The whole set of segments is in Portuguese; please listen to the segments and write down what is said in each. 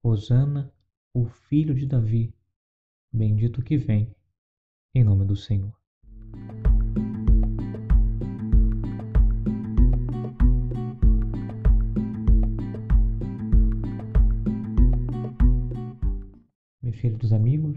Hosana, o filho de Davi, bendito que vem, em nome do Senhor. Meus queridos amigos,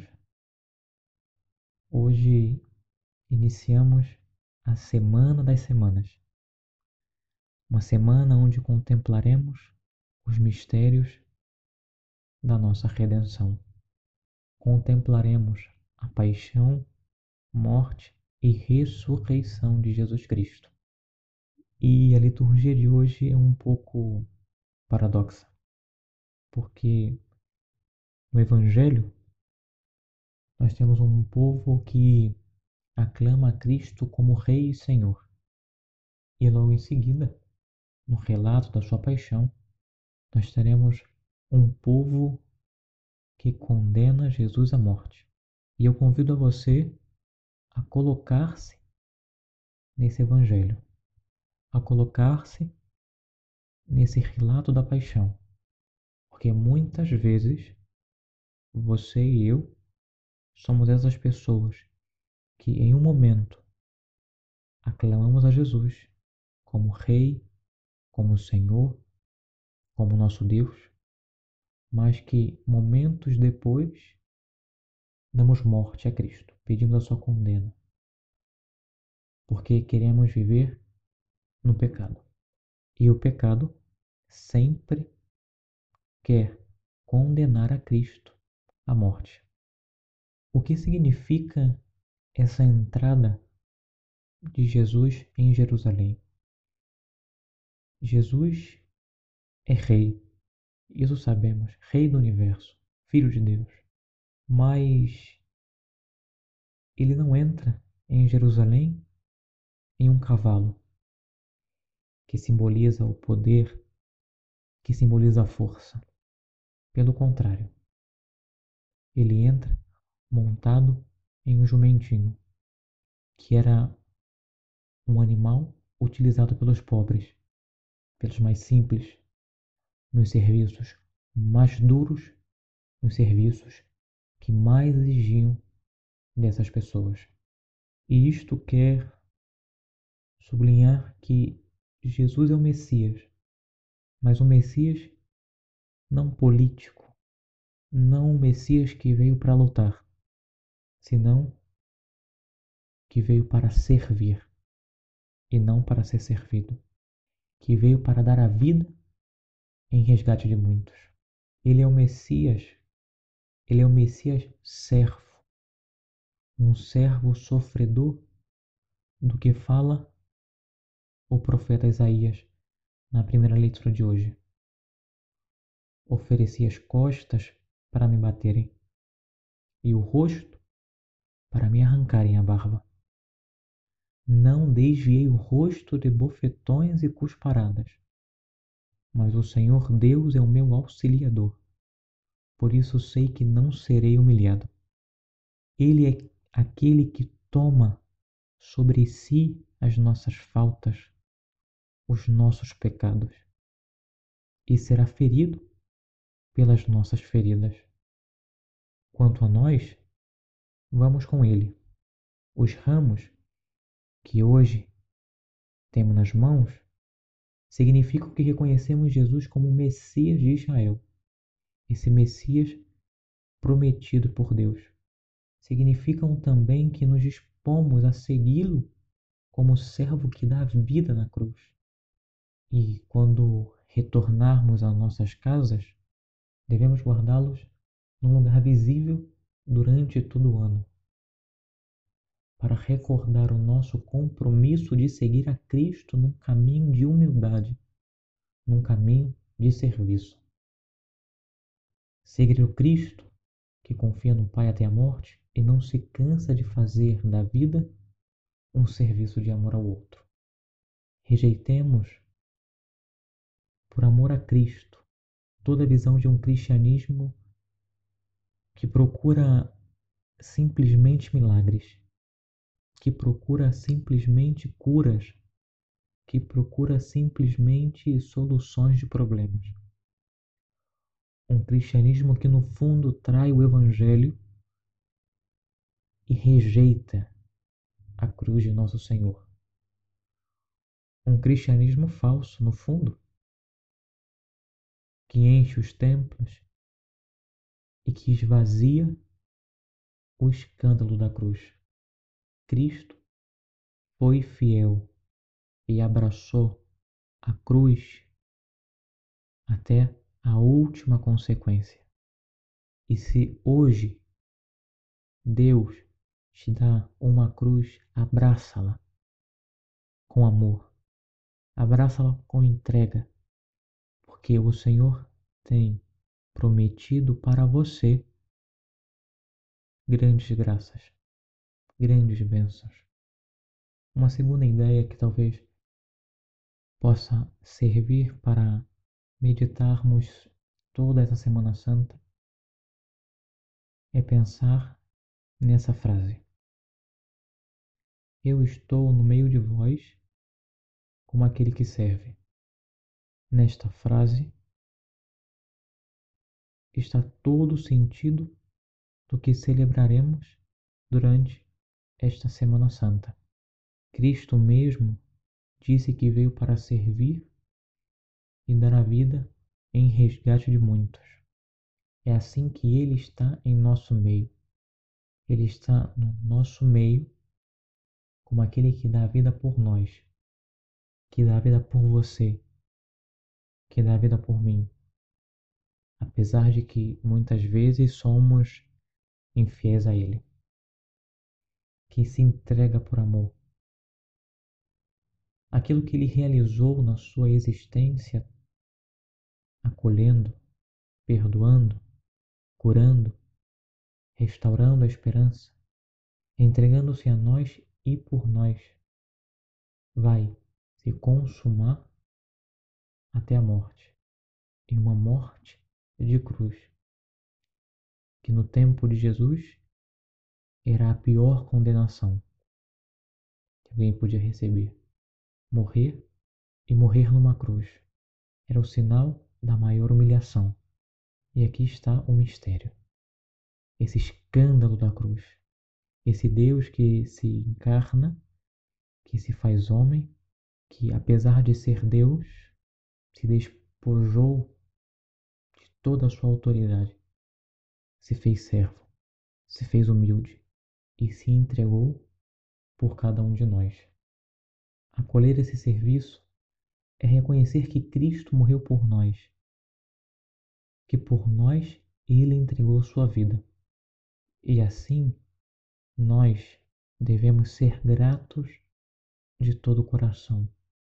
hoje iniciamos a Semana das Semanas. Uma semana onde contemplaremos os mistérios da nossa redenção. Contemplaremos a paixão, morte e ressurreição de Jesus Cristo. E a liturgia de hoje é um pouco paradoxa, porque no Evangelho nós temos um povo que aclama a Cristo como Rei e Senhor. E logo em seguida, no relato da sua paixão, nós teremos um povo que condena Jesus à morte. E eu convido a você a colocar-se nesse Evangelho, a colocar-se nesse relato da paixão, porque muitas vezes você e eu somos essas pessoas que em um momento aclamamos a Jesus como Rei, como Senhor, como nosso Deus, mas que momentos depois damos morte a Cristo, pedimos a sua condena, porque queremos viver no pecado. E o pecado sempre quer condenar a Cristo à morte. O que significa essa entrada de Jesus em Jerusalém? Jesus é Rei, isso sabemos, Rei do Universo, Filho de Deus. Mas ele não entra em Jerusalém em um cavalo, que simboliza o poder, que simboliza a força. Pelo contrário, ele entra montado em um jumentinho, que era um animal utilizado pelos pobres, pelos mais simples, nos serviços mais duros, nos serviços que mais exigiam dessas pessoas. E isto quer sublinhar que Jesus é o Messias, mas um Messias não político, não um Messias que veio para lutar, senão que veio para servir e não para ser servido, que veio para dar a vida em resgate de muitos. Ele é o Messias, ele é o Messias servo, um servo sofredor, do que fala o profeta Isaías na primeira leitura de hoje. Ofereci as costas para me baterem e o rosto para me arrancarem a barba. Não desviei o rosto de bofetões e cusparadas, mas o Senhor Deus é o meu auxiliador. Por isso sei que não serei humilhado. Ele é aquele que toma sobre si as nossas faltas, os nossos pecados, e será ferido pelas nossas feridas. Quanto a nós, vamos com ele. Os ramos que hoje temos nas mãos significam que reconhecemos Jesus como o Messias de Israel, esse Messias prometido por Deus. Significam também que nos dispomos a segui-lo como servo que dá vida na cruz. E quando retornarmos às nossas casas, devemos guardá-los num lugar visível durante todo o ano, para recordar o nosso compromisso de seguir a Cristo num caminho de humildade, num caminho de serviço. Seguir o Cristo, que confia no Pai até a morte e não se cansa de fazer da vida um serviço de amor ao outro. Rejeitemos, por amor a Cristo, toda a visão de um cristianismo que procura simplesmente milagres, que procura simplesmente curas, que procura simplesmente soluções de problemas. Um cristianismo que no fundo trai o Evangelho e rejeita a cruz de nosso Senhor. Um cristianismo falso, no fundo, que enche os templos e que esvazia o escândalo da cruz. Cristo foi fiel e abraçou a cruz até a última consequência. E se hoje Deus te dá uma cruz, abraça-la com amor, abraça-la com entrega, porque o Senhor tem prometido para você grandes graças, grandes bênçãos. Uma segunda ideia que talvez possa servir para meditarmos toda essa Semana Santa é pensar nessa frase: eu estou no meio de vós como aquele que serve. Nesta frase está todo o sentido do que celebraremos durante esta Semana Santa. Cristo mesmo disse que veio para servir e dar a vida em resgate de muitos. É assim que Ele está em nosso meio. Ele está no nosso meio como aquele que dá a vida por nós, que dá a vida por você, que dá a vida por mim. Apesar de que muitas vezes somos infiéis a Ele, que se entrega por amor. Aquilo que Ele realizou na sua existência, acolhendo, perdoando, curando, restaurando a esperança, entregando-se a nós e por nós, vai se consumar até a morte, em uma morte de cruz, que no tempo de Jesus era a pior condenação que alguém podia receber. Morrer e morrer numa cruz era o sinal da maior humilhação. E aqui está o mistério, esse escândalo da cruz, esse Deus que se encarna, que se faz homem, que apesar de ser Deus, se despojou de toda a sua autoridade, se fez servo, se fez humilde e se entregou por cada um de nós. Acolher esse serviço é reconhecer que Cristo morreu por nós, que por nós Ele entregou sua vida. E assim, nós devemos ser gratos de todo o coração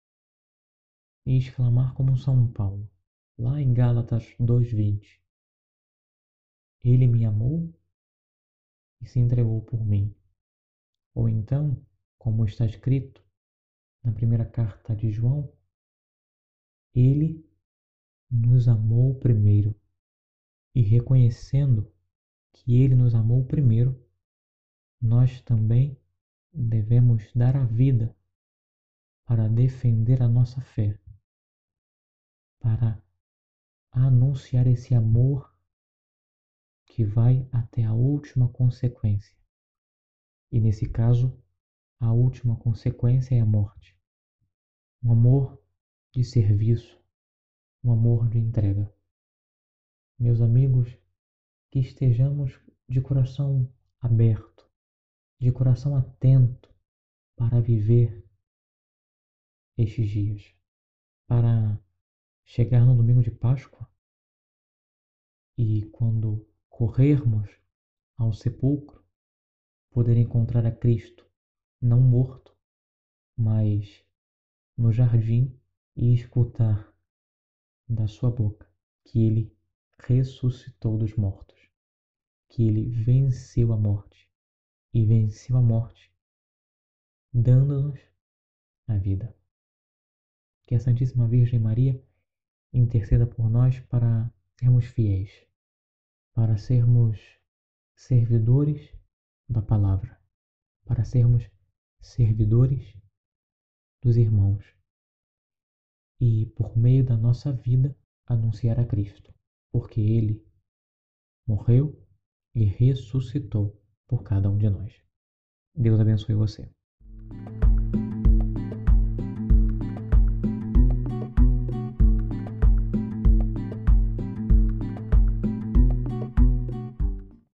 e exclamar como São Paulo, lá em Gálatas 2:20: Ele me amou e se entregou por mim. Ou então, como está escrito na primeira carta de João, Ele nos amou primeiro. E reconhecendo que Ele nos amou primeiro, nós também devemos dar a vida para defender a nossa fé, para anunciar esse amor que vai até a última consequência. E nesse caso, a última consequência é a morte. Um amor de serviço, um amor de entrega. Meus amigos, que estejamos de coração aberto, de coração atento para viver estes dias, para chegar no domingo de Páscoa e, quando corrermos ao sepulcro, poder encontrar a Cristo, não morto, mas no jardim, e escutar da sua boca que Ele ressuscitou dos mortos, que Ele venceu a morte e venceu a morte, dando-nos a vida. Que a Santíssima Virgem Maria interceda por nós para sermos fiéis, para sermos servidores da palavra, para sermos servidores dos irmãos e, por meio da nossa vida, anunciar a Cristo, porque ele morreu e ressuscitou por cada um de nós. Deus abençoe você.